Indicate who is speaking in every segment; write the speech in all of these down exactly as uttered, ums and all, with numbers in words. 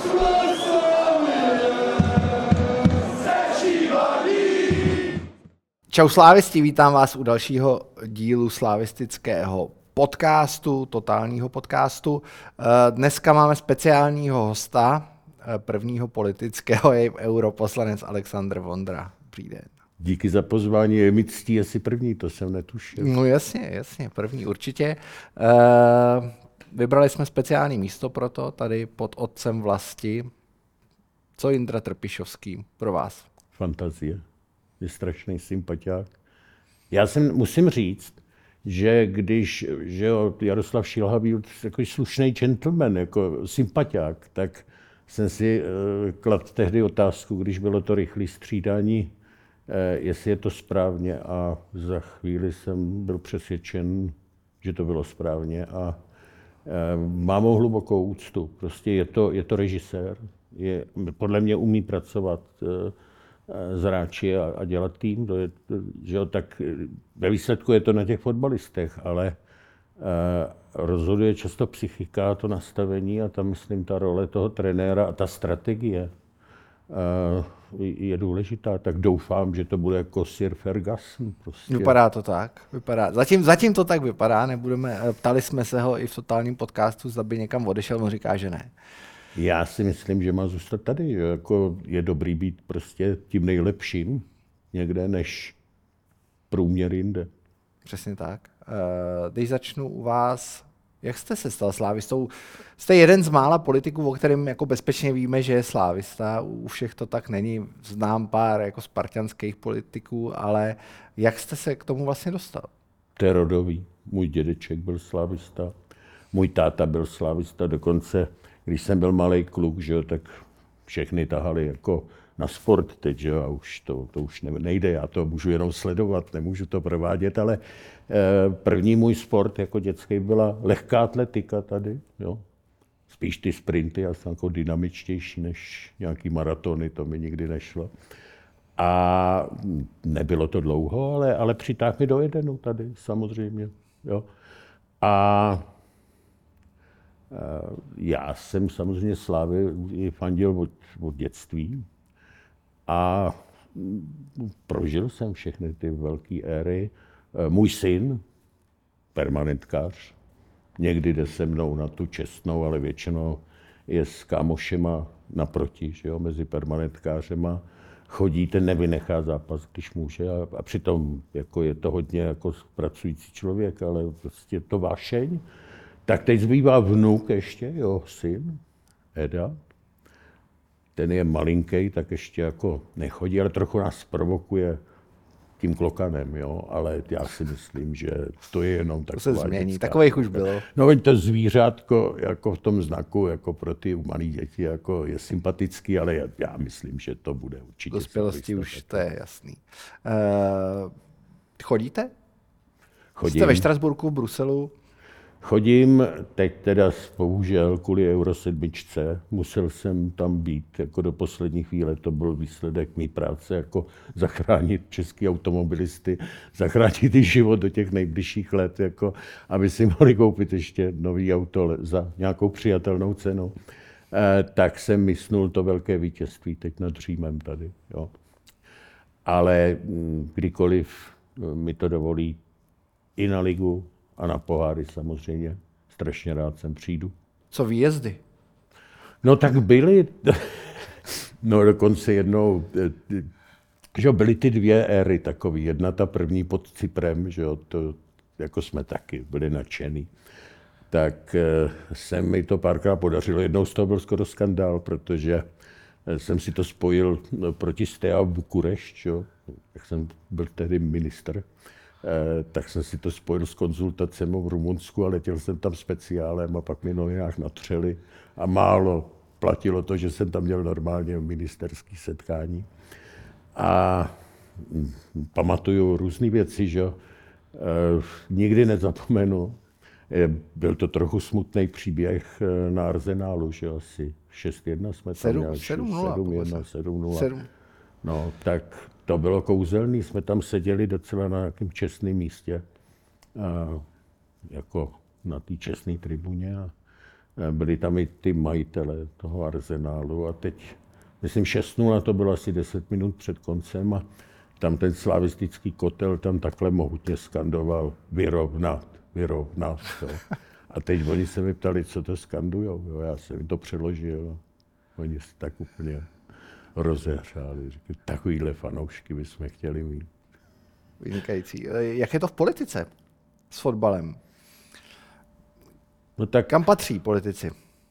Speaker 1: Čau slávisti, vítám vás u dalšího dílu slavistického podcastu, totálního podcastu. Dneska máme speciálního hosta, prvního politického, je europoslanec Alexandr Vondra. Dobrý den.
Speaker 2: Díky za pozvání, je mi ctí asi první, to jsem netušil.
Speaker 1: No jasně, jasně, první určitě. Vybrali jsme speciální místo pro to, tady pod otcem vlasti. Co Jindra Trpišovský pro vás?
Speaker 2: Fantazie. Je strašný sympatiák. Já jsem, musím říct, že když že jo, Jaroslav Šilha byl takový slušný gentleman, jako sympatiák, tak jsem si uh, kladl tehdy otázku, když bylo to rychlé střídání, uh, jestli je to správně, a za chvíli jsem byl přesvědčen, že to bylo správně, a uh, mám ho hlubokou úctu. Prostě je to, je to režisér, je, podle mě umí pracovat uh, zráči a, a dělat tým, to je, že jo, tak ve výsledku je to na těch fotbalistech, ale uh, rozhoduje často psychika, to nastavení, a tam, myslím, ta role toho trenéra a ta strategie uh, je důležitá. Tak doufám, že to bude jako Sir Ferguson. Prostě.
Speaker 1: Vypadá to tak. Vypadá. Zatím, zatím to tak vypadá, nebudeme, ptali jsme se ho i v totálním podcastu, zda by někam odešel, on říká, že ne.
Speaker 2: Já si myslím, že má zůstat tady. Že jako je dobrý být prostě tím nejlepším někde než průměr jinde.
Speaker 1: Přesně tak. Když začnu u vás, jak jste se stal slávistou? Jste jeden z mála politiků, o kterém jako bezpečně víme, že je slávista. U všech to tak není. Znám pár jako spartanských politiků, ale jak jste se k tomu vlastně dostal?
Speaker 2: To je rodový. Můj dědeček byl slávista, můj táta byl slávista, dokonce když jsem byl malej kluk, že jo, tak všechny tahali jako na sport teď, že jo, a už to, to už nejde, já to můžu jenom sledovat, nemůžu to provádět, ale eh, první můj sport jako dětský byla lehká atletika tady, jo. Spíš ty sprinty, já jsem jako dynamičtější než nějaký maratony, to mi nikdy nešlo. A nebylo to dlouho, ale, ale přitáhl mi do Edenu tady, samozřejmě, jo. A já jsem samozřejmě Slávy fandil od, od dětství a prožil jsem všechny ty velké éry. Můj syn, permanentkář, někdy jde se mnou na tu čestnou, ale většinou je s kámošema naproti, že jo, mezi permanentkářema. Chodí, ten nevynechá zápas, když může, a, a přitom jako je to hodně jako pracující člověk, ale prostě to vášeň. Tak teď zbývá vnuk ještě, jo, syn, Eda. Ten je malinký, tak ještě jako nechodí, ale trochu nás provokuje tím klokanem, jo. Ale já si myslím, že to je jenom taková
Speaker 1: to se změní,
Speaker 2: dětská.
Speaker 1: Takových už bylo.
Speaker 2: No, veď to zvířátko jako v tom znaku, jako pro ty malé děti, jako je sympatický, ale já, já myslím, že to bude určitě.
Speaker 1: Dospělosti už to je jasný. Uh, chodíte?
Speaker 2: Chodím.
Speaker 1: Jste ve Štrasburku, v Bruselu?
Speaker 2: Chodím, teď teda bohužel kvůli Euro sedmičce, musel jsem tam být jako do poslední chvíle, to byl výsledek mý práce, jako zachránit český automobilisty, zachránit i život do těch nejbližších let, jako aby si mohli koupit ještě nový auto za nějakou přijatelnou cenu. E, tak jsem mysnul to velké vítězství teď nad Římem tady. Jo. Ale kdykoliv mi to dovolí, i na ligu, a na poháry samozřejmě. Strašně rád sem přijdu.
Speaker 1: Co výjezdy?
Speaker 2: No tak byly, no dokonce jednou, že byly ty dvě éry takový. Jedna ta první pod Cyprem, že jo, to jako jsme taky byli nadšený. Tak se mi to párkrát podařilo. Jednou z toho byl skoro skandál, protože jsem si to spojil proti Steaua Bukurešť, jo. Jak jsem byl tehdy ministr. Eh, tak jsem si to spojil s konzultacemi v Rumunsku a letěl jsem tam speciálem a pak mi novinář natřeli a málo platilo to, že jsem tam měl normálně ministerské setkání. A hm, pamatuju různé věci, že eh, nikdy nezapomenu. Eh, byl to trochu smutný příběh eh, na Arsenálu, že asi šest jedna jsme tam měli. sedm nula. No, tak to bylo kouzelný, jsme tam seděli docela na nějakém čestném místě, a jako na té čestné tribuně. A byli tam i ty majitele toho Arsenálu a teď, myslím, šest nula to bylo asi deset minut před koncem a tam ten slavistický kotel tam takhle mohutně skandoval vyrovnat, vyrovnat. Jo. A teď oni se mi ptali, co to skandujou. Jo. Já jsem jim to přeložil. Oni se tak úplně rozehřáli. Říkali, takovýhle fanoušky bychom chtěli mít.
Speaker 1: Vynikající. Jak je to v politice s fotbalem?
Speaker 2: No tak,
Speaker 1: kam patří politici?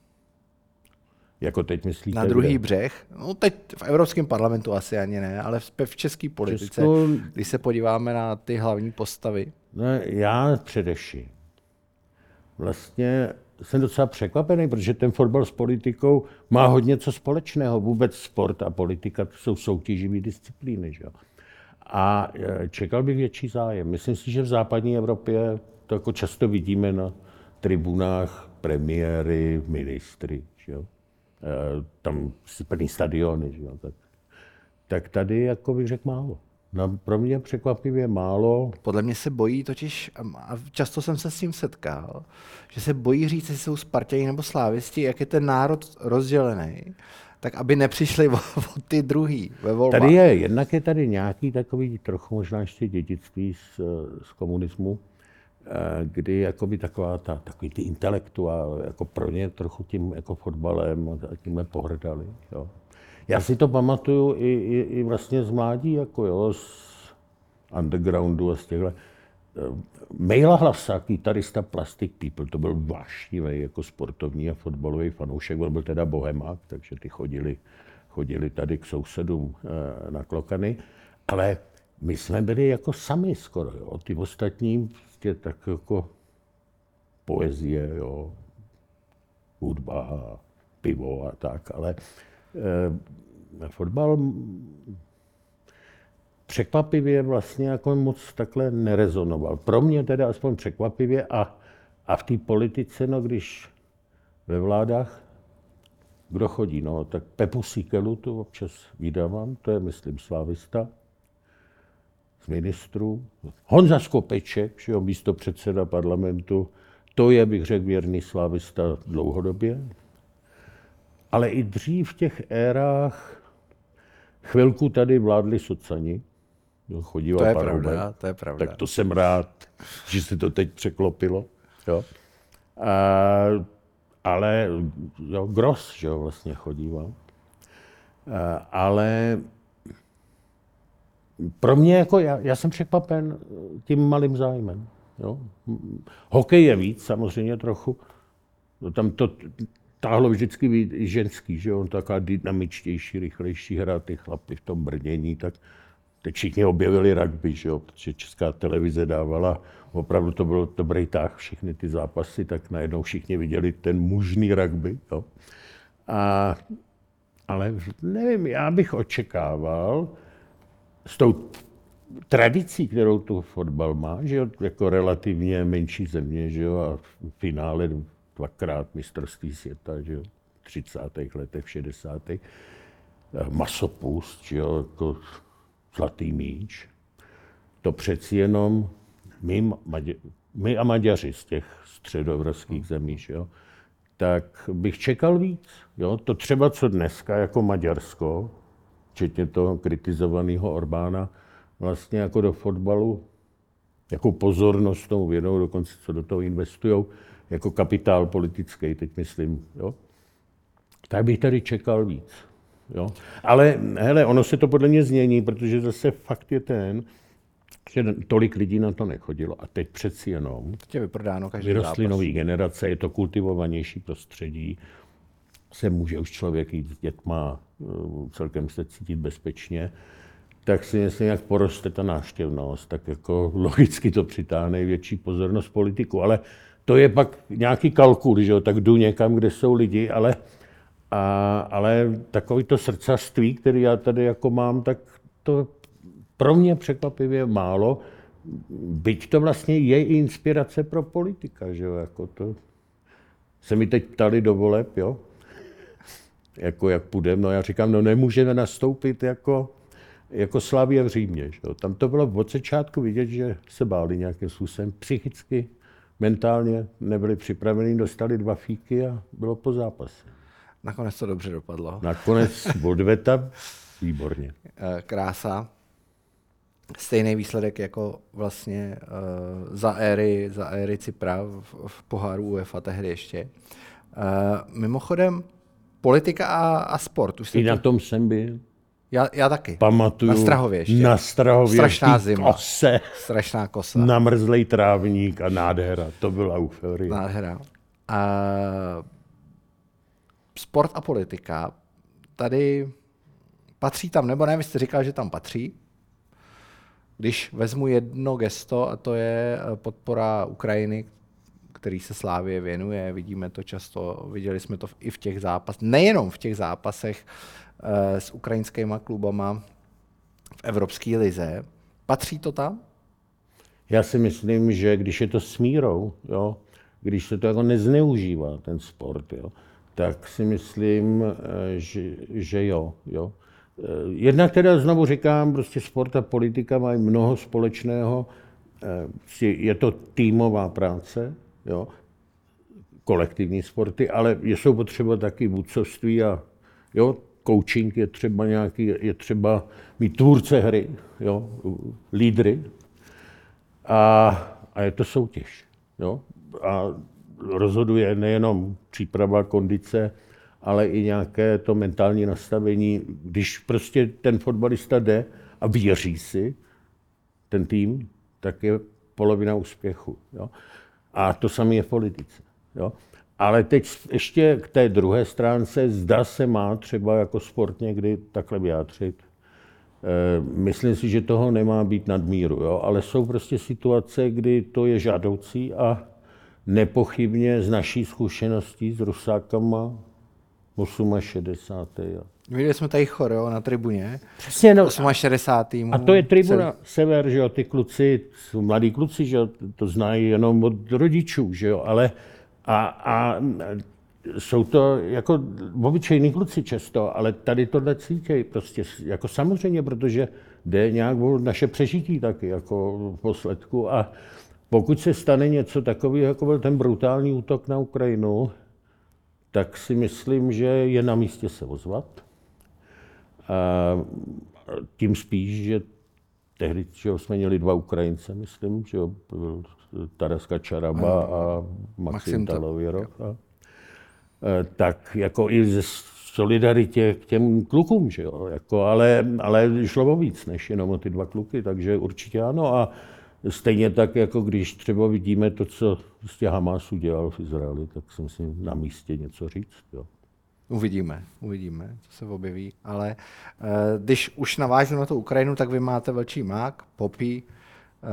Speaker 2: Jako teď myslíte?
Speaker 1: Na druhý břeh? No teď v Evropském parlamentu asi ani ne, ale v české politice, Česko... když se podíváme na ty hlavní postavy.
Speaker 2: No, já především. Vlastně jsem docela překvapený, protože ten fotbal s politikou má hodně co společného. Vůbec sport a politika to jsou soutěživé disciplíny. Že? A čekal bych větší zájem. Myslím si, že v západní Evropě to jako často vidíme na tribunách premiéry, ministry. Že? Tam si plný stadiony. Že? Tak, tak tady, jako bych řekl, málo. No, pro mě překvapivě málo.
Speaker 1: Podle mě se bojí totiž, a často jsem se s tím setkal, že se bojí říct, jestli jsou Spartěni nebo Slávisti, jak je ten národ rozdělený, tak aby nepřišli o, o ty druhý ve volbách.
Speaker 2: Tady je, jednak je tady nějaký takový trochu možná ještě dědictví z, z komunismu, kdy jakoby taková ta, takový ty intelektuál, jako pro ně trochu tím jako fotbalem a tímhle pohrdali. Jo. Já si to pamatuju i, i, i vlastně z mládí, jako jo, z undergroundu a z těchto. Mejla Hlasák, kytarista Plastic People, to byl vášnivý jako sportovní a fotbalový fanoušek, on byl teda bohemák, takže ty chodili, chodili tady k sousedům na klokany, ale my jsme byli jako sami skoro, jo. Ty ostatní prostě tak jako poezie, jo, hudba, pivo a tak, ale eh, fotbal překvapivě vlastně jako moc takhle nerezonoval. Pro mě teda aspoň překvapivě a, a v té politice, no když ve vládách, kdo chodí, no tak Pepu Síkelu tu občas vydávám, to je myslím slávista z ministrů. Honza Skopeček, že jo, místopředseda parlamentu, to je, bych řekl, věrný slávista dlouhodobě. Ale i dřív v těch érách chvilku tady vládli socani. Chodíval
Speaker 1: to je
Speaker 2: Paroubek,
Speaker 1: pravda, to je pravda.
Speaker 2: Tak to jsem rád, že se to teď překlopilo. Jo. A, ale jo, Gross, že jo, vlastně chodíval. A, ale pro mě, jako já, já jsem překvapen tím malým zájmem. Jo. Hokej je víc, samozřejmě trochu. No, tam to táhlo vždycky být ženský, že on taková dynamičtější, rychlejší hra, ty chlapy v tom brnění, tak teď všichni objevili rugby, že jo, protože Česká televize dávala, opravdu to byl dobrý tah, všechny ty zápasy, tak najednou všichni viděli ten mužný rugby. Jo. A, ale nevím, já bych očekával s tou tradicí, kterou tu fotbal má, že jo, jako relativně menší země, že jo, a v finále dvakrát mistrovství světa, že jo, v třicátých letech, v šedesátých masopust, že jo, jako zlatý míč. To přeci jenom my, Maďa, my a Maďaři z těch středoevropských zemí, že jo, tak bych čekal víc. Jo. To třeba co dneska jako Maďarsko, včetně toho kritizovaného Orbána, vlastně jako do fotbalu, jakou pozornost tomu věnou, dokonce co do toho investujou, jako kapitál politický, teď myslím, jo, tak bych tady čekal víc. Jo. Ale hele, ono se to podle mě změní, protože zase fakt je ten, že tolik lidí na to nechodilo. A teď přeci jenom
Speaker 1: je vyprodáno každý
Speaker 2: vyrostly
Speaker 1: zápas.
Speaker 2: nový generace, je to kultivovanější prostředí, se může už člověk jít s dětma, celkem se cítit bezpečně, tak si myslím, jak poroste ta návštěvnost, tak jako logicky to přitáhne větší pozornost politiku. Ale to je pak nějaký kalkul, že jo, tak jdu někam, kde jsou lidi, ale A, ale takový to srdcařství, který já tady jako mám, tak to pro mě překvapivě málo. Byť to vlastně je inspirace pro politika, že jo, jako to se mi teď ptali do voleb, jo, jako jak půjdeme, no já říkám, no nemůžeme nastoupit jako, jako Slavie v Římě, že jo. Tam to bylo od začátku vidět, že se báli nějakým způsobem psychicky mentálně nebyli připraveni, dostali dva fíky a bylo po zápase.
Speaker 1: Nakonec to dobře dopadlo.
Speaker 2: Nakonec odveta, výborně.
Speaker 1: Krása. Stejný výsledek jako vlastně uh, za éry, za éry Cypra v, v poháru UEFA tehdy ještě. Uh, mimochodem, politika a, a sport. Už
Speaker 2: I na
Speaker 1: to...
Speaker 2: tom jsem byl.
Speaker 1: Já, já taky.
Speaker 2: Pamatuju.
Speaker 1: Na Strahově ještě.
Speaker 2: Na Strahově.
Speaker 1: Strašná zima.
Speaker 2: Kose.
Speaker 1: Strašná kosa.
Speaker 2: Namrzlej trávník a nádhera. To byla euforie.
Speaker 1: Nádhera. Uh, sport a politika. Tady patří tam, nebo ne, vy jste říkal, že tam patří. Když vezmu jedno gesto, a to je podpora Ukrajiny, který se Slávě věnuje, vidíme to často, viděli jsme to i v těch zápasech, nejenom v těch zápasech uh, s ukrajinskýma klubama v Evropské lize. Patří to tam?
Speaker 2: Já si myslím, že když je to s mírou, jo, když se to jako nezneužívá, ten sport, jo, tak si myslím, že, že jo, jo. Jednak teda znovu říkám, prostě sport a politika mají mnoho společného. Je to týmová práce, jo, kolektivní sporty, ale jsou potřeba taky vůdcovství a jo, coaching je třeba nějaký, je třeba mít tvůrce hry, jo, lídry a, a je to soutěž, jo. A rozhoduje nejenom příprava, kondice, ale i nějaké to mentální nastavení. Když prostě ten fotbalista jde a věří si, ten tým, tak je polovina úspěchu. Jo? A to samé je v politice. Jo? Ale teď ještě k té druhé stránce, zda se má třeba jako sport někdy takhle vyjádřit. E, myslím si, že toho nemá být nadmíru, jo? Ale jsou prostě situace, kdy to je žádoucí a nepochybně z naší zkušeností s Rusákama šedesátým osmým
Speaker 1: Viděli jsme tady choreo na tribuně.
Speaker 2: Přesně, no,
Speaker 1: šedesátým osmým
Speaker 2: A to je tribuna sever, že jo, ty kluci, jsou mladí kluci, že jo, to znají jenom od rodičů, že jo, ale a, a jsou to jako obyčejní kluci často, ale tady tohle cítějí prostě jako samozřejmě, protože jde nějak o naše přežití taky, jako v posledku a pokud se stane něco takového, jako byl ten brutální útok na Ukrajinu, tak si myslím, že je na místě se ozvat. A tím spíš, že tehdy že jsme měli dva Ukrajince, myslím, že byl Taras Kačaraba a Maxim Talověrov. A, tak jako i ze solidaritě k těm klukům, že jo, jako, ale, ale šlo o víc než jenom o ty dva kluky, takže určitě ano. A stejně tak, jako když třeba vidíme to, co prostě Hamas udělal v Izraeli, tak si myslím na místě něco říct. Jo.
Speaker 1: Uvidíme, uvidíme, co se objeví. Ale eh, když už navážu na tu Ukrajinu, tak vy máte velký mák, Popí, eh,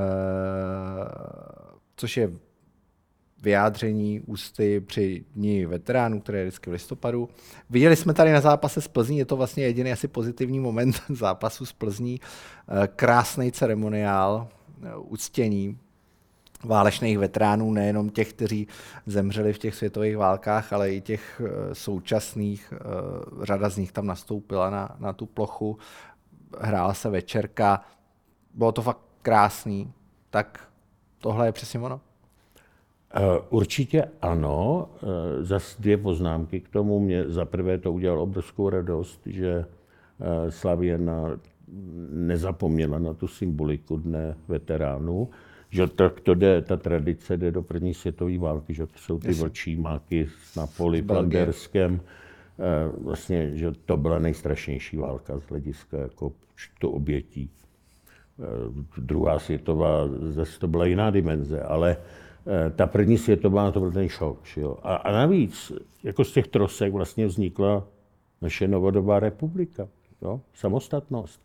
Speaker 1: což je vyjádření ústy při dní veteránů, které je vždycky v listopadu. Viděli jsme tady na zápase s Plzní, je to vlastně jediný asi pozitivní moment zápasu s Plzní. Eh, krásný ceremoniál, uctění válečných veteránů, nejenom těch, kteří zemřeli v těch světových válkách, ale i těch současných. Řada z nich tam nastoupila na, na tu plochu, hrála se večerka, bylo to fakt krásný. Tak tohle je přesně ono?
Speaker 2: Určitě ano. Zas dvě poznámky k tomu. Mě za prvé to udělalo obrovskou radost, že Slavia na nezapomněla na tu symboliku Dne veteránů, že tak to jde, ta tradice jde do první světové války, že to jsou ty vlčí máky na poli Flanderském. Vlastně, že to byla nejstrašnější válka z hlediska jako to obětí. Druhá světová, zase to byla jiná dimenze, ale ta první světová, to byl ten šok. Jo? A, a navíc, jako z těch trosek vlastně vznikla naše novodobá republika, jo? Samostatnost.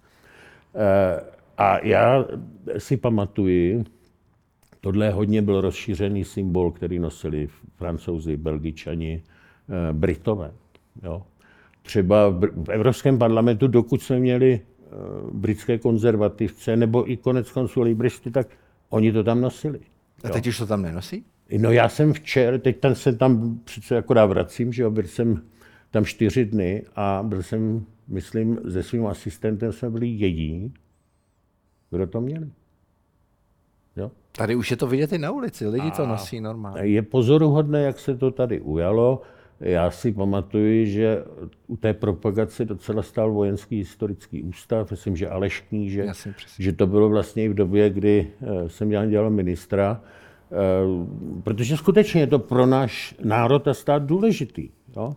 Speaker 2: A já si pamatuji, tohle hodně byl rozšířený symbol, který nosili Francouzi, Belgičani, Britové. Jo. Třeba v Evropském parlamentu, dokud jsme měli britské konzervativce, nebo i konec konců libristy, tak oni to tam nosili.
Speaker 1: A teď jo. Už to tam nenosí?
Speaker 2: No já jsem včera, teď tam se tam přece akorát vracím, že jo, byl jsem tam čtyři dny a byl jsem, myslím, se svým asistentem jsme byli jediní, kdo to měli. Jo?
Speaker 1: Tady už je to vidět i na ulici, lidi to nosí normálně.
Speaker 2: Je pozoruhodné, jak se to tady ujalo. Já si pamatuju, že u té propagace docela stál Vojenský historický ústav, myslím, že Aleš Kníže, že to bylo vlastně i v době, kdy jsem dělal, dělal ministra, protože skutečně je to pro náš národ a stát důležitý. Jo?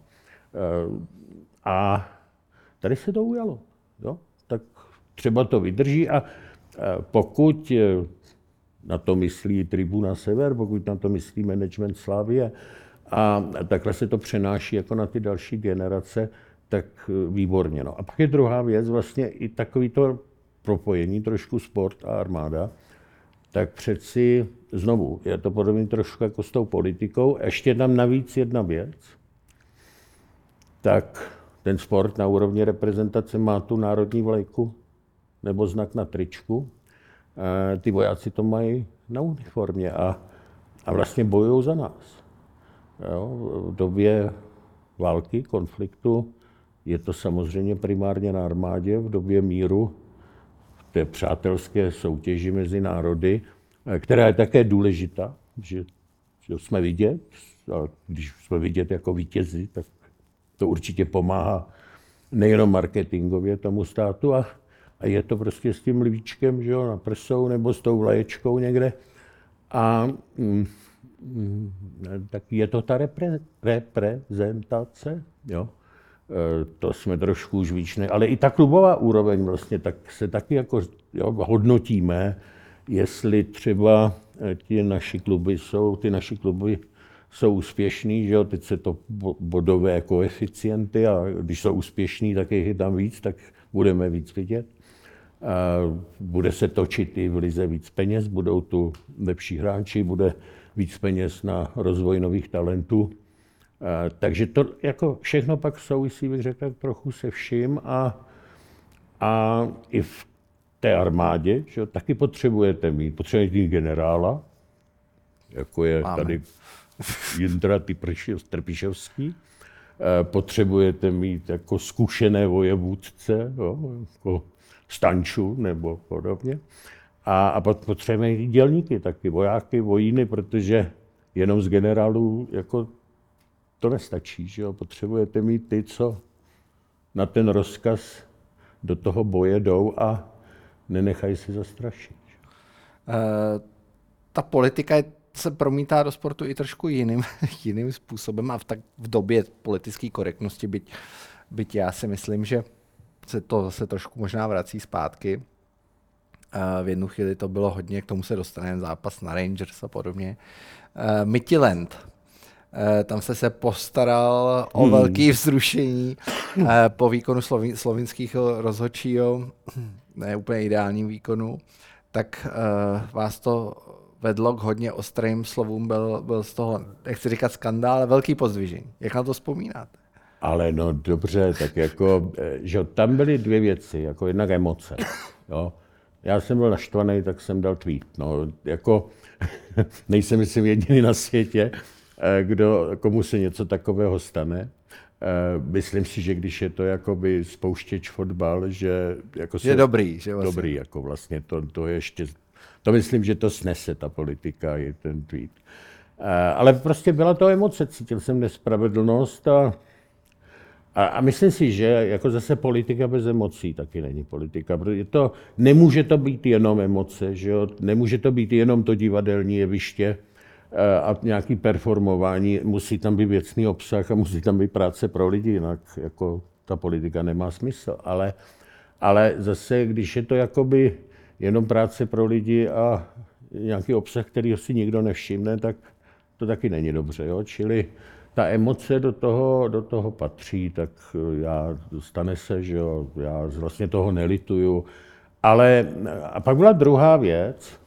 Speaker 2: A tady se to ujalo. Jo? Tak třeba to vydrží a pokud na to myslí Tribuna Sever, pokud na to myslí management Slavie a takhle se to přenáší jako na ty další generace, tak výborně. No. A pak je druhá věc, vlastně i takový to propojení, trošku sport a armáda, tak přeci znovu, je to podobně trošku jako s tou politikou. Ještě tam navíc jedna věc, tak ten sport na úrovni reprezentace má tu národní vlajku nebo znak na tričku. E, ty vojáci to mají na uniformě a, a vlastně bojují za nás. Jo, v době války, konfliktu je to samozřejmě primárně na armádě, v době míru, v té přátelské soutěži mezi národy, která je také důležitá, že, že jsme vidět, a když jsme vidět jako vítězi, tak to určitě pomáhá nejenom marketingově tomu státu a, a je to prostě s tím lvíčkem, že jo, na prsou nebo s tou vlaječkou někde. A mm, mm, tak je to ta repre, reprezentace, jo. E, to jsme trošku už víc, ne, ale i ta klubová úroveň vlastně, tak se taky jako jo, hodnotíme, jestli třeba ti naši kluby jsou, ty naši kluby jsou úspěšný, že jo, teď se to bodové koeficienty a když jsou úspěšní, tak je tam víc, tak budeme víc vidět. A bude se točit i v lize víc peněz, budou tu lepší hráči, bude víc peněz na rozvoj nových talentů. A takže to jako všechno pak souvisí, bych řekl, trochu se vším a, a i v té armádě, že jo, taky potřebujete mít, potřebujete mít generála, jako je Máme. tady Jindra Trpišovský, potřebujete mít jako zkušené vojevůdce, jo, jako Stanču nebo podobně. A, a potřebujeme mít dělníky taky, vojáky, vojíny, protože jenom z generálů jako to nestačí, že jo? Potřebujete mít ty, co na ten rozkaz do toho boje jdou a nenechají se zastrašit.
Speaker 1: Uh, ta politika je, se promítá do sportu i trošku jiným, jiným způsobem a v, tak, v době politické korektnosti, byť, byť já si myslím, že se to zase trošku možná vrací zpátky. Uh, v jednu chvíli to bylo hodně, k tomu se dostaneme, zápas na Rangers a podobně. Uh, Midtjylland. Uh, tam se se postaral o hmm. velké vzrušení uh, po výkonu slovi, slovinského rozhodčího, ne úplně ideálním výkonu, tak uh, vás to vedlo k hodně ostrým slovům, byl, byl z toho, jak chci říkat, skandál, ale velký pozdvižení. Jak na to vzpomínáte?
Speaker 2: Ale no dobře, tak jako, že tam byly dvě věci, jako jednak emoce. Jo. Já jsem byl naštvaný, tak jsem dal tweet. No, jako, nejsem myslím jediný na světě, kdo, komu se něco takového stane. Myslím si, že když je to jakoby spouštěč fotbal, že jako
Speaker 1: je dobrý, že
Speaker 2: vlastně. Dobrý, jako vlastně to, to je ještě, to myslím, že to snese ta politika, je ten tweet. Ale prostě byla to emoce, cítil jsem nespravedlnost a A, a myslím si, že jako zase politika bez emocí taky není politika, protože to, nemůže to být jenom emoce, že jo? Nemůže to být jenom to divadelní jeviště a, a nějaký performování, musí tam být věcný obsah a musí tam být práce pro lidi, jinak jako ta politika nemá smysl. Ale, ale zase, když je to jakoby jenom práce pro lidi a nějaký obsah, který si nikdo nevšimne, tak to taky není dobře, jo? Čili ta emoce do toho, do toho patří, tak já, stane se, že jo, já vlastně toho nelituju. Ale a pak byla druhá věc,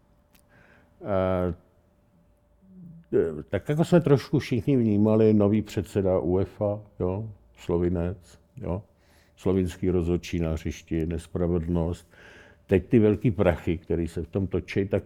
Speaker 2: e, tak jako jsme trošku všichni vnímali nový předseda UEFA, jo, Slovinec, jo, slovinský rozhodčí na hřišti, nespravedlnost. Teď ty velký prachy, které se v tom točí, tak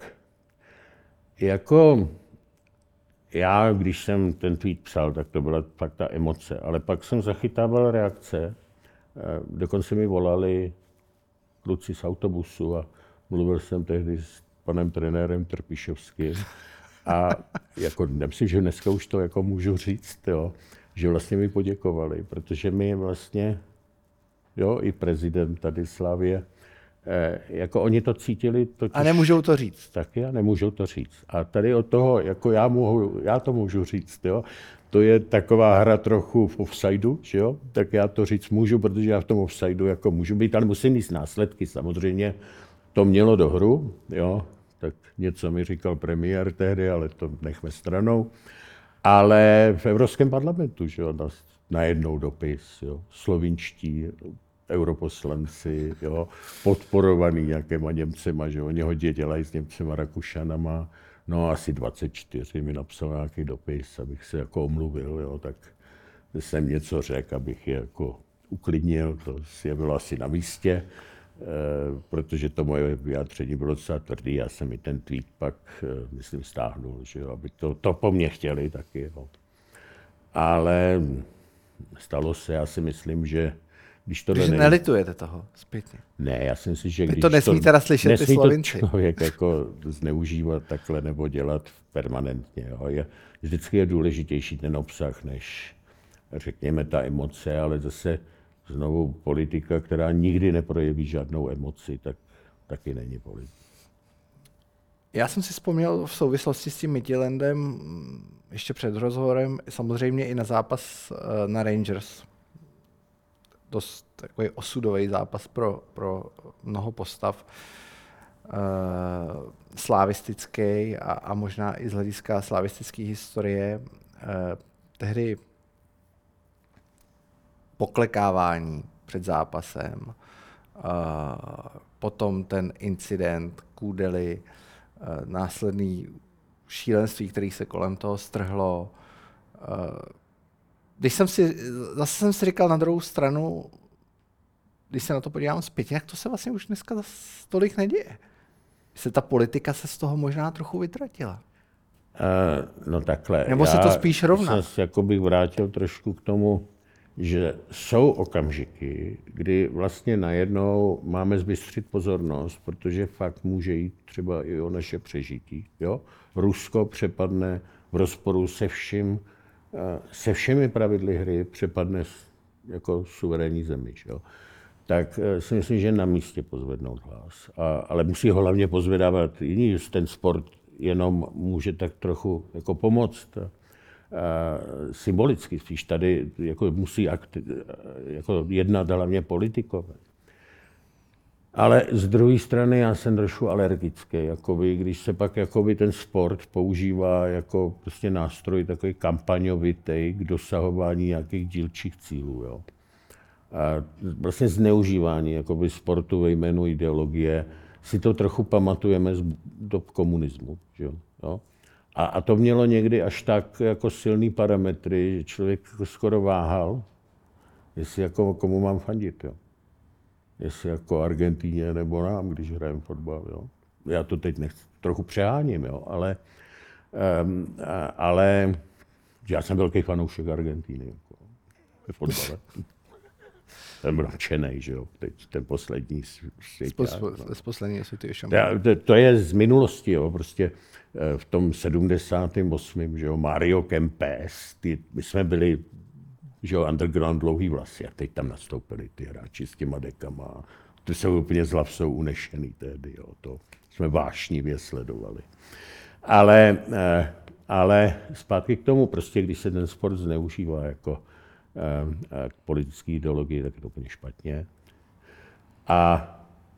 Speaker 2: jako já, když jsem ten tweet psal, tak to byla fakt ta emoce, ale pak jsem zachytával reakce, dokonce mi volali kluci z autobusu a mluvil jsem tehdy s panem trenérem Trpišovským. A jako, nemyslím, že dneska už to jako můžu říct, jo, že vlastně mi poděkovali, protože mi vlastně, jo, i prezident tady Slavie, eh, jako oni to cítili totiž.
Speaker 1: A nemůžou to říct.
Speaker 2: Taky a nemůžou to říct. A tady od toho, jako já, mohu, já to můžu říct, jo, to je taková hra trochu v offsideu, že jo, tak já to říct můžu, protože já v tom offsideu jako můžu být, ale musím mít následky, samozřejmě to mělo do hru, jo, tak něco mi říkal premiér tehdy, ale to nechme stranou. Ale v Evropském parlamentu, že jo, najednou dopis, jo, slovinští europoslanci, jo, podporovaný nějakýma Němcema, že oni hodně dělají s Němcema, Rakušanama, no asi dvacet čtyři mi napsal nějaký dopis, abych se jako omluvil, jo, tak jsem něco řekl, abych je jako uklidnil, to je bylo asi na místě. E, protože to moje vyjádření bylo docela tvrdý, já jsem i ten tweet pak, e, myslím, stáhnul, že jo, aby to, to po mně chtěli taky. Jo. Ale stalo se, já si myslím, že když to...
Speaker 1: Takže
Speaker 2: ne...
Speaker 1: nelitujete toho zpětně.
Speaker 2: Ne, já si myslím, že
Speaker 1: Vy
Speaker 2: když
Speaker 1: to nesmí
Speaker 2: to,
Speaker 1: teda slyšet
Speaker 2: nesmí
Speaker 1: ty Slovinci.
Speaker 2: to člověk jako zneužívat takhle nebo dělat permanentně. Jo. Je, vždycky je důležitější ten obsah, než řekněme ta emoce, ale zase znovu politika, která nikdy neprojeví žádnou emoci, tak taky není politika.
Speaker 1: Já jsem si vzpomněl v souvislosti s tím Midtjyllandem ještě před rozhovorem, samozřejmě i na zápas na Rangers. Dost takový osudový zápas pro, pro mnoho postav. Uh, slavistický a, a možná i z hlediska slavistické historie. Uh, tehdy poklekávání před zápasem, uh, potom ten incident, Kůdely, uh, následný šílenství, který se kolem toho strhlo. Uh, když jsem si, zase jsem si říkal na druhou stranu, když se na to podívám zpětně, jak to se vlastně už dneska tolik neděje. Se ta politika se z toho možná trochu vytratila.
Speaker 2: Uh, no takhle.
Speaker 1: Nebo se to spíš rovná?
Speaker 2: Já se jako bych vrátil trošku k tomu, že jsou okamžiky, kdy vlastně najednou máme zbystřit pozornost, protože fakt může jít třeba i o naše přežití. Jo? Rusko přepadne v rozporu se vším, se všemi pravidly hry, přepadne jako suverénní zemi. Jo? Tak si myslím, že na místě pozvednout hlas. A, ale musí ho hlavně pozvedávat jiný, ten sport jenom může tak trochu jako pomoct. Uh, symbolicky, spíš tady jako musí akt, jako jednat hlavně politikové. Ale z druhé strany já jsem trošku alergický, jakoby, když se pak jakoby ten sport používá jako prostě nástroj takový kampaňovitý k dosahování nějakých dílčích cílů. Jo. A vlastně zneužívání jakoby sportu ve jménu ideologie, si to trochu pamatujeme z dob komunismu. Jo. Jo. A, a to mělo někdy až tak jako silný parametry, že člověk skoro váhal, jestli jako komu mám fandit. Jo. Jestli jako Argentíně nebo nám, když hrajeme fotbal. Jo. Já to teď nechci, trochu přeháním, jo, ale, um, ale já jsem velký fanoušek Argentíny jako, ve fotbale. Ten byl nadšenej, že jo, teď ten poslední svět.
Speaker 1: Z posledního světové šampionátu.
Speaker 2: To, to je z minulosti, jo, prostě v tom sedmdesátém osmém, že jo, Mario Kempes, ty, my jsme byli, že jo, underground dlouhý vlasy a teď tam nastoupili ty hráči s těma dekama. Ty jsou úplně z hlav, jsou unešený tehdy, jo, to jsme vášnivě sledovali. Ale, ale zpátky k tomu, prostě když se ten sport zneužívá jako k politické ideologii, tak je to úplně špatně. A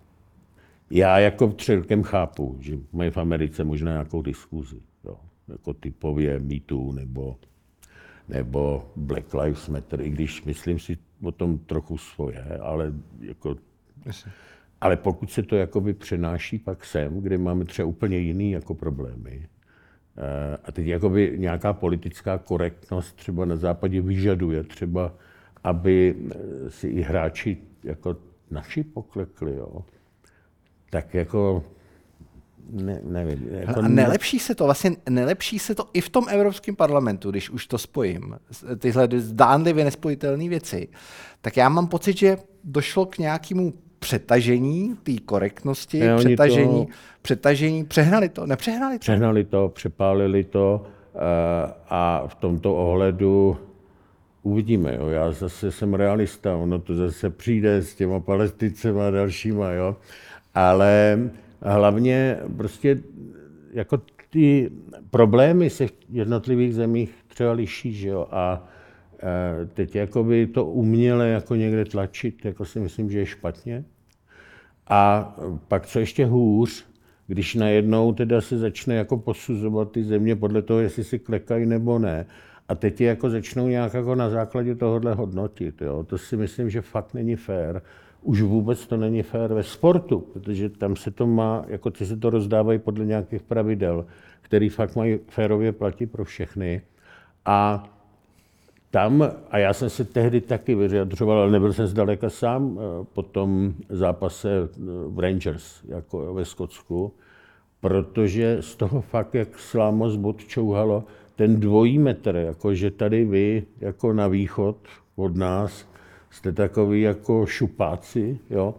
Speaker 2: já jako celkem chápu, že mají v Americe možná nějakou diskuzi, jo, jako typově Me Too nebo, nebo Black Lives Matter, i když myslím si o tom trochu svoje, ale, jako, ale pokud se to jakoby přenáší pak sem, kde máme třeba úplně jiný jako problémy, a teď jakoby nějaká politická korektnost třeba na západě vyžaduje třeba, aby si i hráči jako naši poklekli, jo. Tak jako, ne, nevím. Jako
Speaker 1: a nelepší se to, vlastně nelepší se to i v tom Evropském parlamentu, když už to spojím, tyhle zdánlivě nespojitelné věci, tak já mám pocit, že došlo k nějakému přetažení té korektnosti,
Speaker 2: Ne,
Speaker 1: přetažení,
Speaker 2: to...
Speaker 1: přetažení, přehnali to, nepřehnali to?
Speaker 2: Přehnali to, přepálili to a v tomto ohledu uvidíme. Jo. Já zase jsem realista, ono to zase přijde s těma Palestincema a dalšíma, jo. Ale hlavně prostě jako ty problémy se v jednotlivých zemích třeba liší, že jo. A teď jakoby to uměle jako někde tlačit, jako si myslím, že je špatně. A pak co ještě hůř, když najednou teda se začne jako posuzovat ty země podle toho, jestli si klekají nebo ne. A teď je jako začnou nějak jako na základě tohohle hodnotit. Jo. To si myslím, že fakt není fér. Už vůbec to není fér ve sportu, protože tam se to má, jako ty se to rozdávají podle nějakých pravidel, který fakt mají férově platit pro všechny. A tam, a já jsem se tehdy taky vyjadřoval, ale nebyl jsem zdaleka sám, po tom zápase v Rangers, jako ve Skotsku, protože z toho fakt, jak slámo z bod čouhalo, ten dvojí metr, jako že tady vy, jako na východ od nás, jste takový jako šupáci, jo.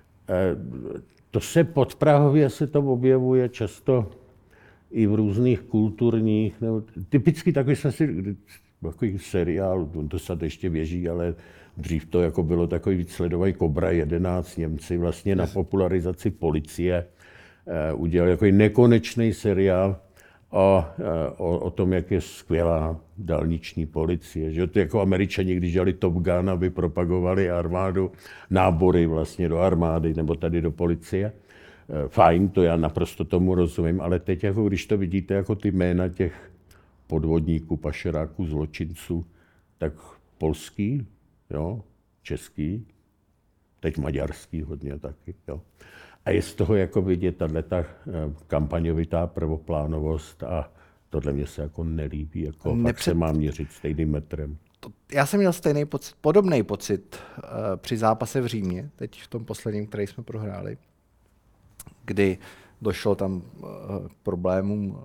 Speaker 2: To se podprahově se to objevuje často i v různých kulturních, nebo typicky takový jsem si, takový seriál, on to snad ještě běží, ale dřív to jako bylo takový víc sledovaný Kobra jedenáct, Němci vlastně na popularizaci policie udělali jako nekonečný seriál o, o, o tom, jak je skvělá dálniční policie. Že to jako Američani, když dělali Top Gun, aby propagovali armádu, nábory vlastně do armády nebo tady do policie. Fajn, to já naprosto tomu rozumím, ale teď, jako když to vidíte, jako ty jména těch podvodníků, pašeráků, zločinců, tak polský, jo, český, teď maďarský hodně taky, jo. A je z toho jako vidět tato kampaňovitá prvoplánovost a tohle mě se jako nelíbí, jako Nepřed... fakt se má měřit stejným metrem.
Speaker 1: To, já jsem měl stejný pocit, podobný pocit uh, při zápase v Římě, teď v tom posledním, který jsme prohráli, kdy došlo tam uh, k problémům uh,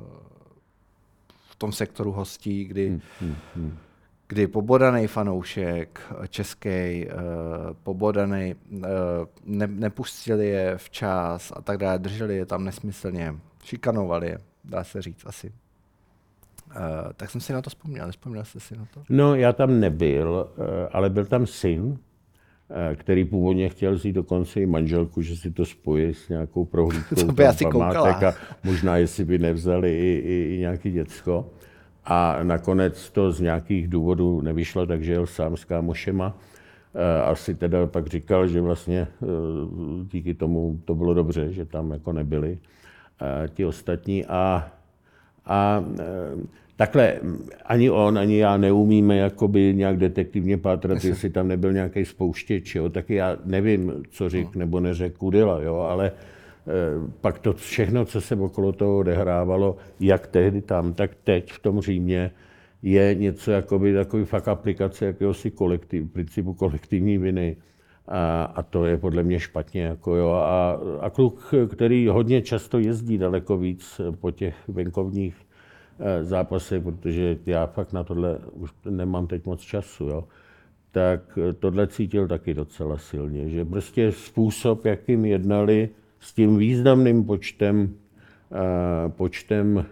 Speaker 1: v tom sektoru hostí, kdy, hmm, hmm, hmm. kdy pobodaný fanoušek český, uh, pobodaný, uh, ne, nepustili je včas a tak dále, drželi je tam nesmyslně, šikanovali je, dá se říct asi. Uh, tak jsem si na to vzpomněl, nevzpomněl jste si na to?
Speaker 2: No, já tam nebyl, uh, ale byl tam syn, uh, který původně chtěl vzít dokonce i manželku, že si to spojí s nějakou prohlídkou
Speaker 1: to by asi koukala.
Speaker 2: A možná, jestli by nevzali i, i, i nějaký děcko. A nakonec to z nějakých důvodů nevyšlo, takže jel sám s kámošema. Asi teda pak říkal, že vlastně díky tomu to bylo dobře, že tam jako nebyli ti ostatní. A, a takhle ani on, ani já neumíme jakoby nějak detektivně pátrat, jestli tam nebyl nějaký spouštěč, jo. Taky já nevím, co řekl nebo neřekl Kudela, jo, ale pak to všechno, co se okolo toho odehrávalo, jak tehdy tam, tak teď v tom Římě, je něco jakoby takový fakt aplikace jakéhosi kolektiv, principu kolektivní viny. A, a to je podle mě špatně. Jako jo. A, a kluk, který hodně často jezdí daleko víc po těch venkovních zápasech, protože já fakt na tohle už nemám teď moc času, jo, tak tohle cítil taky docela silně, že prostě způsob, jakým jednali s tím významným počtem, uh, počtem uh,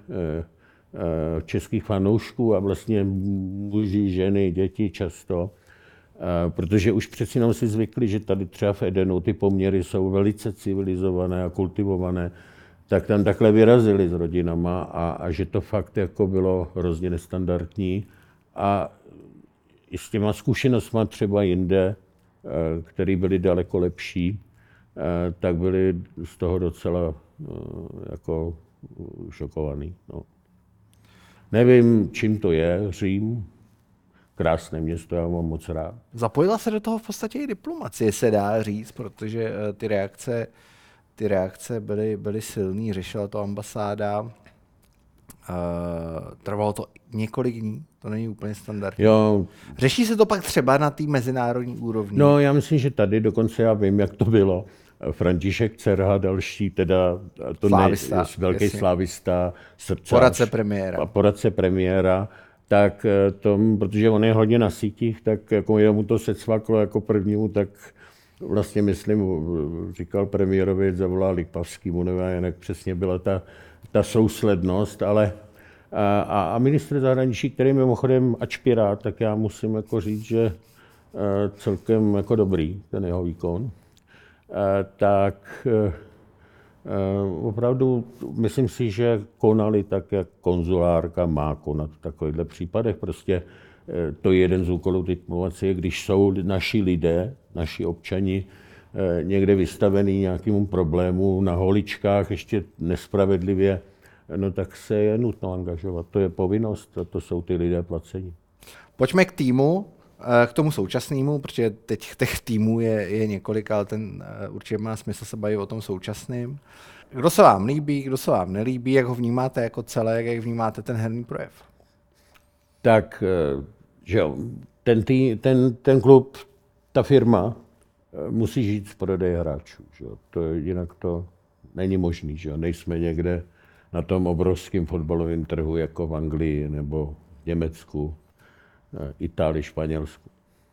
Speaker 2: uh, českých fanoušků a vlastně muži, ženy, děti často, uh, protože už přeci jenom si zvykli, že tady třeba v Edenu ty poměry jsou velice civilizované a kultivované, tak tam takhle vyrazili s rodinama a, a že to fakt jako bylo hrozně nestandardní. A i s těma zkušenostma třeba jinde, uh, které byly daleko lepší, tak byli z toho docela jako šokovaný. No. Nevím, čím to je, Řím, krásné město, já mám moc rád.
Speaker 1: Zapojila se do toho v podstatě i diplomacie, se dá říct, protože ty reakce, ty reakce byly, byly silný, řešila to ambasáda. Uh, trvalo to několik dní, to není úplně standardní.
Speaker 2: Jo.
Speaker 1: Řeší se to pak třeba na té mezinárodní úrovni?
Speaker 2: No, já myslím, že tady dokonce já vím, jak to bylo. František Cerha, další, teda to
Speaker 1: slávista,
Speaker 2: ne, velký jasně. Slávista, srdcař,
Speaker 1: poradce premiéra.
Speaker 2: poradce premiéra, tak tom, protože on je hodně na sítích, tak jako mu to secvaklo jako prvnímu, tak vlastně myslím, říkal premiérovi, zavolal Lipavskýmu, nebo jak přesně byla ta, ta souslednost, ale a, a ministr zahraničí, který mimochodem ač pirát, tak já musím jako říct, že celkem jako dobrý, ten jeho výkon, tak opravdu myslím si, že konali tak, jak konzulárka má konat v takovýchhle případech. Prostě to je jeden z úkolů diplomacie, když jsou naši lidé, naši občani někde vystavení nějakému problému na holičkách, ještě nespravedlivě, no tak se je nutno angažovat. To je povinnost a to jsou ty lidé placení.
Speaker 1: Pojďme k týmu, k tomu současnému, protože teď těch týmů je, je několik, ale ten určitě má smysl se bavit o tom současným. Kdo se vám líbí, kdo se vám nelíbí, jak ho vnímáte jako celé, jak vnímáte ten herní projev?
Speaker 2: Tak, že jo, ten, tý, ten, ten klub, ta firma musí žít z prodeje hráčů. Že jo. To je, jinak to není možný, že jo. Nejsme někde na tom obrovském fotbalovém trhu jako v Anglii nebo v Německu, Itálii, Španělsku.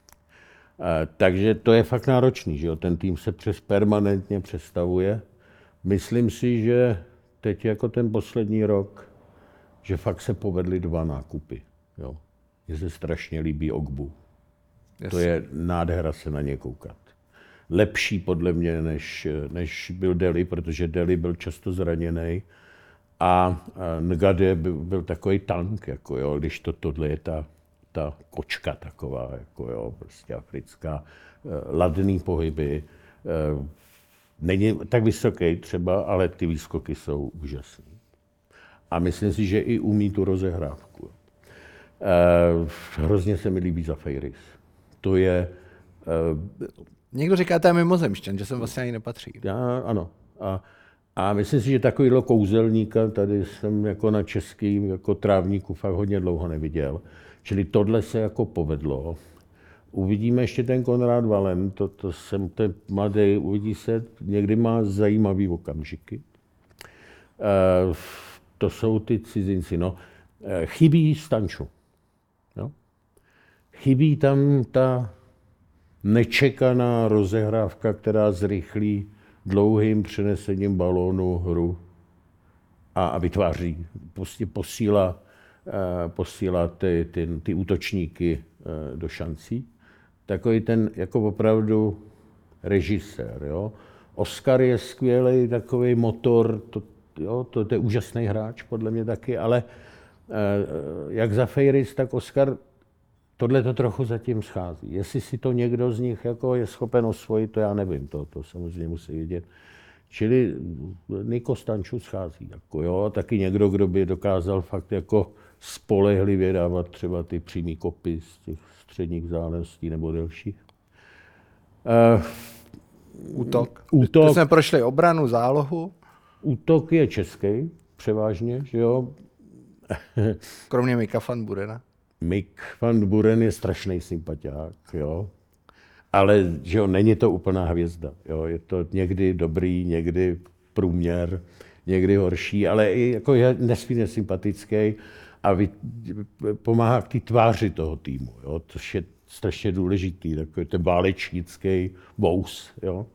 Speaker 2: Takže to je fakt náročný, že jo. Ten tým se přes permanentně přestavuje. Myslím si, že teď jako ten poslední rok, že fakt se povedly dva nákupy. Jo. Mně se strašně líbí Ogbu. Yes. To je nádhera se na ně koukat. Lepší podle mě, než, než byl Deli, protože Deli byl často zraněný. A Ngade byl, byl takový tank, jako jo, když to tohle je ta, ta kočka taková, jako jo, prostě africká, ladný pohyby. Není tak vysoký třeba, ale ty výskoky jsou úžasné. A myslím si, že i umí tu rozehrávku. Eh, hrozně se mi líbí Zafeiris. To je... Eh,
Speaker 1: Někdo říká, to je mimozemšťan, že sem vlastně ani nepatří.
Speaker 2: Já, ano. A, a myslím si, že takovýhle kouzelníka tady jsem jako na českým jako trávníku fakt hodně dlouho neviděl. Čili tohle se jako povedlo. Uvidíme ještě ten Konrad Valen, to, to jsem ten mladý, uvidí se, někdy má zajímavý okamžiky. E, to jsou ty cizinci. No. E, chybí Stanču. No. Chybí tam ta nečekaná rozehrávka, která zrychlí dlouhým přenesením balónu hru a, a vytváří, prostě posílá, e, posílá ty, ty, ty útočníky e, do šancí. Takový ten jako opravdu režisér. Jo. Oscar je skvělý takový motor, to, jo, to, to je úžasný hráč podle mě taky, ale eh, jak Zafeiris, tak Oscar, tohle to trochu zatím schází. Jestli si to někdo z nich jako je schopen osvojit, to já nevím, to, to samozřejmě musí vidět. Čili Niko Stanču schází. Jako, jo, taky někdo, kdo by dokázal fakt jako spolehlivě dávat třeba ty přímý kopy z těch středních vzdáleností nebo delších. Uh,
Speaker 1: útok.
Speaker 2: útok.
Speaker 1: To jsme prošli obranu, zálohu.
Speaker 2: Útok je český, převážně, že jo.
Speaker 1: Kromě Mika van Burena.
Speaker 2: Mik van Buren je strašný sympatiák, jo. Ale že jo, není to úplná hvězda. Jo. Je to někdy dobrý, někdy průměr, někdy horší, ale i jako je nesmírně sympatický a vy, pomáhá k té tváři toho týmu, jo, což je strašně důležitý, takový ten válečnický vous. Jo.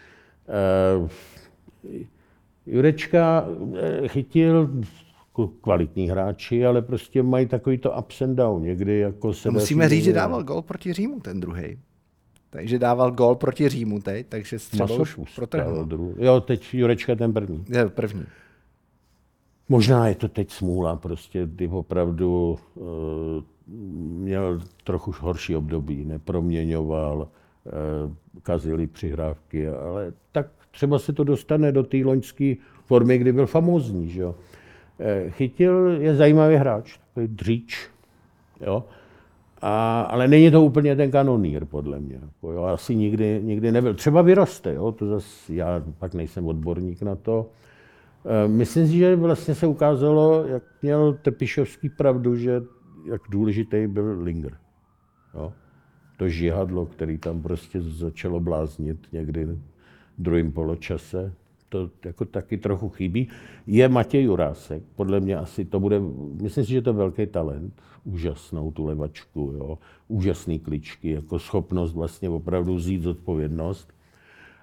Speaker 2: E, Jurečka chytil kvalitní hráči, ale prostě mají takový to ups and down. Někdy jako se
Speaker 1: no musíme říct, že dával gól proti Římu ten druhý. Takže dával gól proti Římu teď, takže třeba už protrhl.
Speaker 2: Jo, teď Jurečka ten první.
Speaker 1: Je první.
Speaker 2: Možná je to teď smůla, prostě, kdy opravdu uh, měl trochu horší období, neproměňoval, uh, kazily přihrávky, ale tak třeba se to dostane do té loňské formy, kdy byl famózní, že jo. Uh, chytil, je zajímavý hráč, takový dříč, jo. A, ale není to úplně ten kanonýr, podle mě. Jako, jo, asi nikdy, nikdy nebyl. Třeba vyroste, jo, to zase, já pak nejsem odborník na to. E, myslím si, že vlastně se ukázalo, jak měl Trpišovský pravdu, že jak důležitý byl Linger. Jo. To žihadlo, který tam prostě začalo bláznit někdy v druhém poločase, to jako taky trochu chybí. Je Matěj Jurásek, podle mě asi to bude, myslím si, že to je velký talent, úžasnou tu levačku, jo, úžasný kličky, jako schopnost vlastně opravdu vzít zodpovědnost.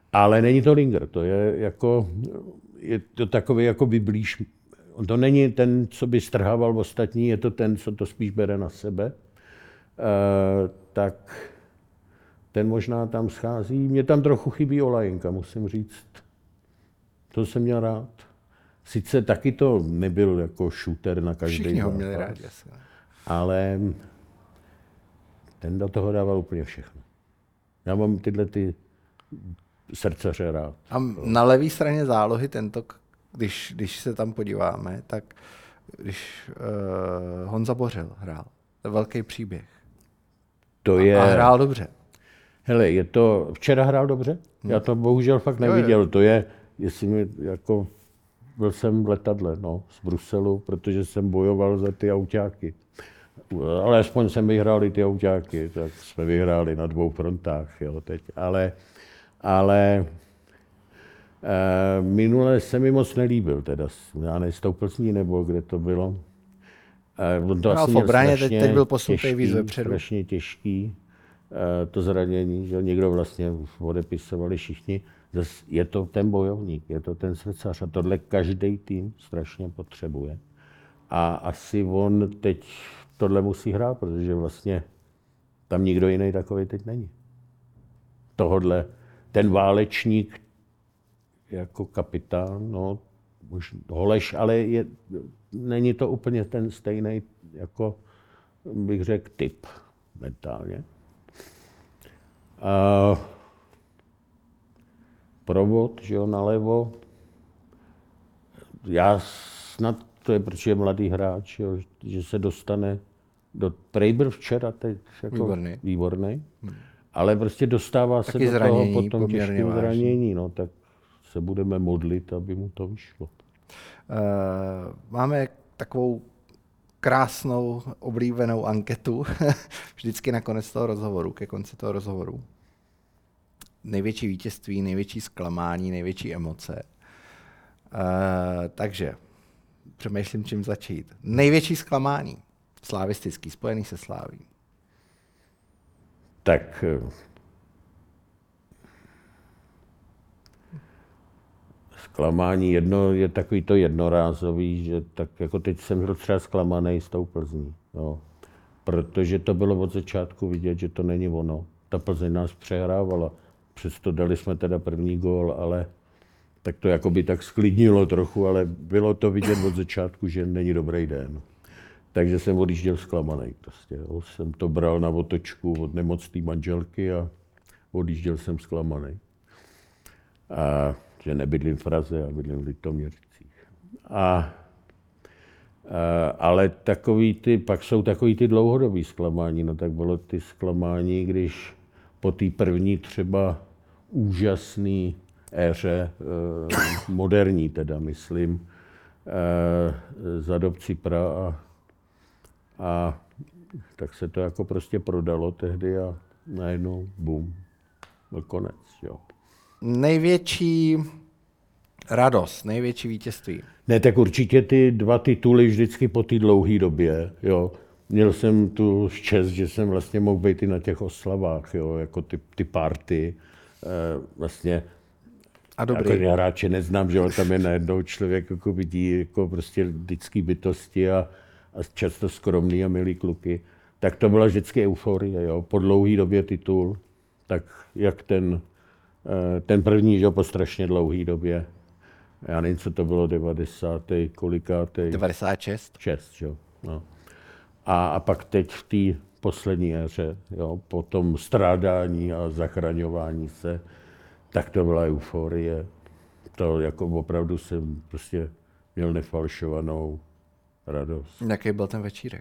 Speaker 2: Ale není to Linger, to je jako, je to takový jako biblíš. To není ten, co by strhával ostatní, je to ten, co to spíš bere na sebe. E, tak ten možná tam schází. Mně tam trochu chybí Olajinka, musím říct. To jsem měl rád. Sice taky to nebyl jako shooter na každý
Speaker 1: Všichni ho
Speaker 2: zápas,
Speaker 1: měli rádi.
Speaker 2: ale ten do toho dával úplně všechno. Já mám tyhle ty srdcaře rád.
Speaker 1: A na levé straně zálohy tento, když, když se tam podíváme, tak když uh, Honza Bořil hrál, to je velký příběh.
Speaker 2: To je...
Speaker 1: A hrál dobře.
Speaker 2: Hele, je to... Včera hrál dobře? Hmm. Já to bohužel fakt neviděl. Jo, jo. To je, jestli mi jako... Byl jsem v letadle, no, z Bruselu, protože jsem bojoval za ty autáky. Ale aspoň jsem vyhrál i ty autáky, tak jsme vyhráli na dvou frontách, jo, teď. Ale, ale e, minule se mi moc nelíbil, teda, já ne, s tou Plzní, nebo kde to bylo. E, on to
Speaker 1: no,
Speaker 2: asi
Speaker 1: v obraně,
Speaker 2: teď,
Speaker 1: teď byl posunutý víc vepředu.
Speaker 2: Strašně těžký, e, to zranění, že někdo vlastně odepisovali všichni. Zas je to ten bojovník, je to ten srdcař a tohle každý tým strašně potřebuje. A asi on teď tohle musí hrát, protože vlastně tam nikdo jiný takový teď není. Tohodle, ten válečník jako kapitán, no, už Holeš, ale je, není to úplně ten stejný, jako bych řekl, typ mentálně. A provod, že jo, nalevo. Já snad, to je, protože je mladý hráč, jo, že se dostane do Prejbr včera, teď jako
Speaker 1: výborný,
Speaker 2: výborný hmm. ale prostě dostává
Speaker 1: taky
Speaker 2: se do
Speaker 1: zranění,
Speaker 2: toho potom těžkým zranění, no, tak se budeme modlit, aby mu to vyšlo.
Speaker 1: Uh, máme takovou krásnou, oblíbenou anketu, vždycky na konec toho rozhovoru, ke konci toho rozhovoru. Největší vítězství, největší zklamání, největší emoce. Uh, takže přemýšlím, čím začít. Největší zklamání, slavistický, spojený se Sláví.
Speaker 2: Tak zklamání jedno je takový to jednorázový, že tak jako teď jsem byl třeba zklamaný s tou Plzní. Jo. Protože to bylo od začátku vidět, že to není ono. Ta Plzeň nás přehrávala. Přesto dali jsme teda první gól, ale tak to jakoby tak sklidnilo trochu, ale bylo to vidět od začátku, že není dobrý den. Takže jsem odjížděl zklamaný. Prostě, jo. Jsem to bral na otočku od nemocné manželky a odjížděl jsem zklamaný. A že nebydlím v Praze, a bydlím v Litoměřicích. A, a, ale takový ty, pak jsou takový ty dlouhodobý zklamání. No tak bylo ty zklamání, když po té první třeba úžasný éře, eh, moderní teda, myslím, eh, za dob Cypra a, a tak se to jako prostě prodalo tehdy a najednou bum, byl konec, jo.
Speaker 1: Největší radost, největší vítězství.
Speaker 2: Ne, tak určitě ty dva tituly vždycky po té dlouhé době, jo. Měl jsem tu štěst, že jsem vlastně mohl být i na těch oslavách, jo, jako ty, ty party, e, vlastně.
Speaker 1: A dobrý.
Speaker 2: Jako hráče neznám, že tam je najednou člověk, jako vidí jako prostě lidský bytosti a, a často skromný a milý kluky. Tak to byla vždycky euforie, jo, po dlouhé době titul, tak jak ten, e, ten první, že po strašně dlouhé době. Já nevím, co to bylo, devadesátý kolikátý?
Speaker 1: devadesát šest.
Speaker 2: šest, jo, no. A, a pak teď v té poslední éře, jo, po tom strádání a zachraňování se, tak to byla euforie. To jako opravdu jsem prostě měl nefalšovanou radost.
Speaker 1: Jaký byl ten večírek?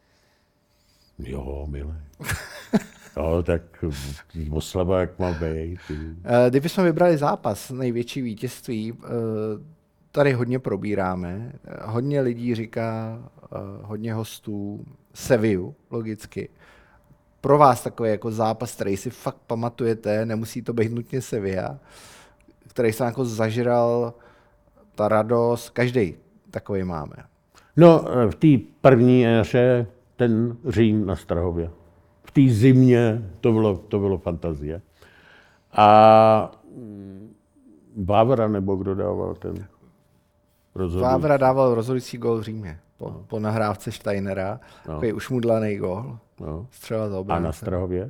Speaker 2: Jo, milé. Jo, tak oslava jak má být.
Speaker 1: Kdybychom vybrali zápas, největší vítězství, tady hodně probíráme. Hodně lidí říká, hodně hostů, Sevillu, logicky. Pro vás takový jako zápas, který si fakt pamatujete, nemusí to být nutně Sevilla, který se jako zažral, ta radost, každý takový máme.
Speaker 2: No, v té první éře ten Řím na Strahově. V té zimě to bylo, to bylo fantazie. A Vávra nebo kdo dával ten rozhodující?
Speaker 1: Vávra dával rozhodující gól v Římě. Po, no. po nahrávce Steinera. No. Takový ušmudlaný gól.
Speaker 2: No.
Speaker 1: Střela za obránce.
Speaker 2: A na Strahově?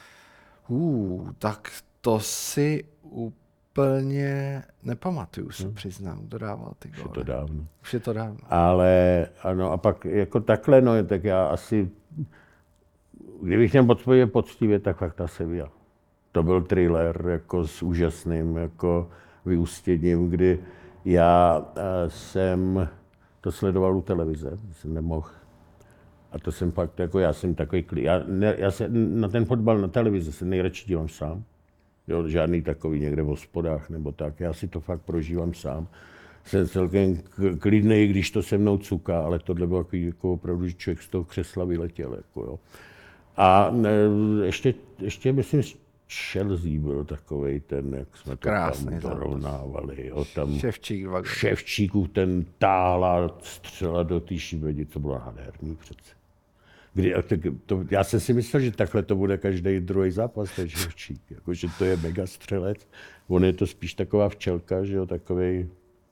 Speaker 1: Uh, tak to si úplně nepamatuju, se hmm. přiznám, kdo dával ty góly.
Speaker 2: Už je to dávno.
Speaker 1: Už je to dávno.
Speaker 2: Ale ano, a pak jako takhle, no, tak já asi, kdybych měl odpovědět poctivě, tak fakt ta Sevilla. To byl thriller jako s úžasným jako vyústěním, kdy já jsem to sledoval u televize, jsem nemohl. A to jsem fakt, jako já jsem takový klid. Já, ne, já se na ten fotbal na televizi se nejradši dívám sám. Jo, žádný takový někde v hospodách nebo tak. Já si to fakt prožívám sám. Jsem celkem klidný, když to se mnou cuká, ale tohle bylo takový, jako opravdu, že člověk z toho křesla vyletěl. Jako, jo. A ne, ještě, ještě myslím, Chelsea byl takovej ten, jak jsme to
Speaker 1: krásný
Speaker 2: tam dorovnávali. Jo, tam
Speaker 1: Ševčík,
Speaker 2: Ševčíkův ten táhla střela do té šibedi, to bylo nádherný přece. Kdy, to, já jsem si myslel, že takhle to bude každý druhý zápas, ten Ševčík. Jako, že to je mega střelec. On je to spíš taková včelka, že jo, takovej...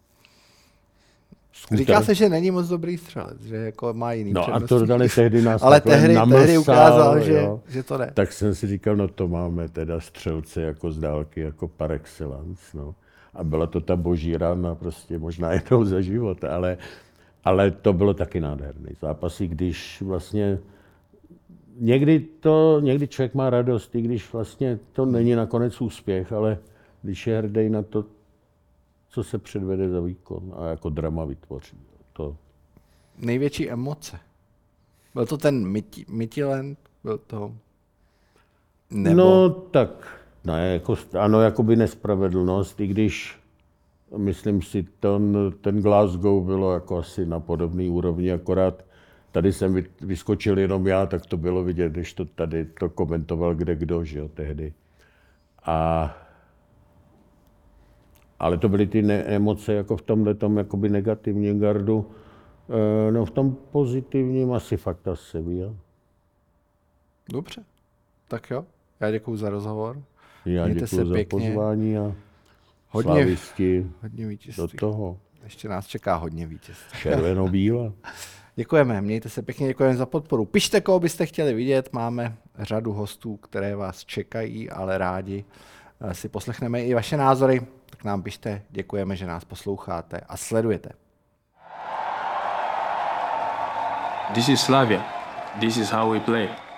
Speaker 1: Skuter. Říká se, že není moc dobrý střelec, že jako má jiný
Speaker 2: No
Speaker 1: přednosti.
Speaker 2: a to dali tehdy nás
Speaker 1: ale tehdy,
Speaker 2: namlsal,
Speaker 1: tehdy ukázal, že, že to ne.
Speaker 2: Tak jsem si říkal, no to máme teda střelce jako z dálky, jako par excellence, no. A byla to ta boží rána, prostě možná jednou za život, ale, ale to bylo taky nádherný zápasy, když vlastně někdy to, někdy člověk má radost, i když vlastně to není nakonec úspěch, ale když je hrdý na to, co se předvede za výkon a jako drama vytvoří. To...
Speaker 1: Největší emoce. Byl to ten Midtjylland? Byl to... Nebo...
Speaker 2: No tak, ne, jako, ano, jakoby nespravedlnost, i když, myslím si, ten, ten Glasgow bylo jako asi na podobné úrovni, akorát tady jsem vyskočil jenom já, tak to bylo vidět, když to tady to komentoval kde kdo, že jo, tehdy. A ale to byly ty ne- emoce jako v tomhletom jakoby negativním gardu. E, no v tom pozitivním asi fakt ta Sevilla.
Speaker 1: Dobře, tak jo. Já děkuju za rozhovor.
Speaker 2: Já
Speaker 1: Mějte
Speaker 2: děkuju
Speaker 1: se
Speaker 2: za
Speaker 1: pěkně.
Speaker 2: pozvání a
Speaker 1: hodně,
Speaker 2: slavisti
Speaker 1: hodně vítězství.
Speaker 2: do toho.
Speaker 1: Ještě nás čeká hodně vítězství.
Speaker 2: Červeno-bílá.
Speaker 1: Děkujeme, mějte se pěkně, děkujeme za podporu. Pište, koho byste chtěli vidět, máme řadu hostů, které vás čekají, ale rádi si poslechneme i vaše názory. Tak nám pište, děkujeme, že nás posloucháte a sledujete.
Speaker 3: This is Slavia. This is how we play.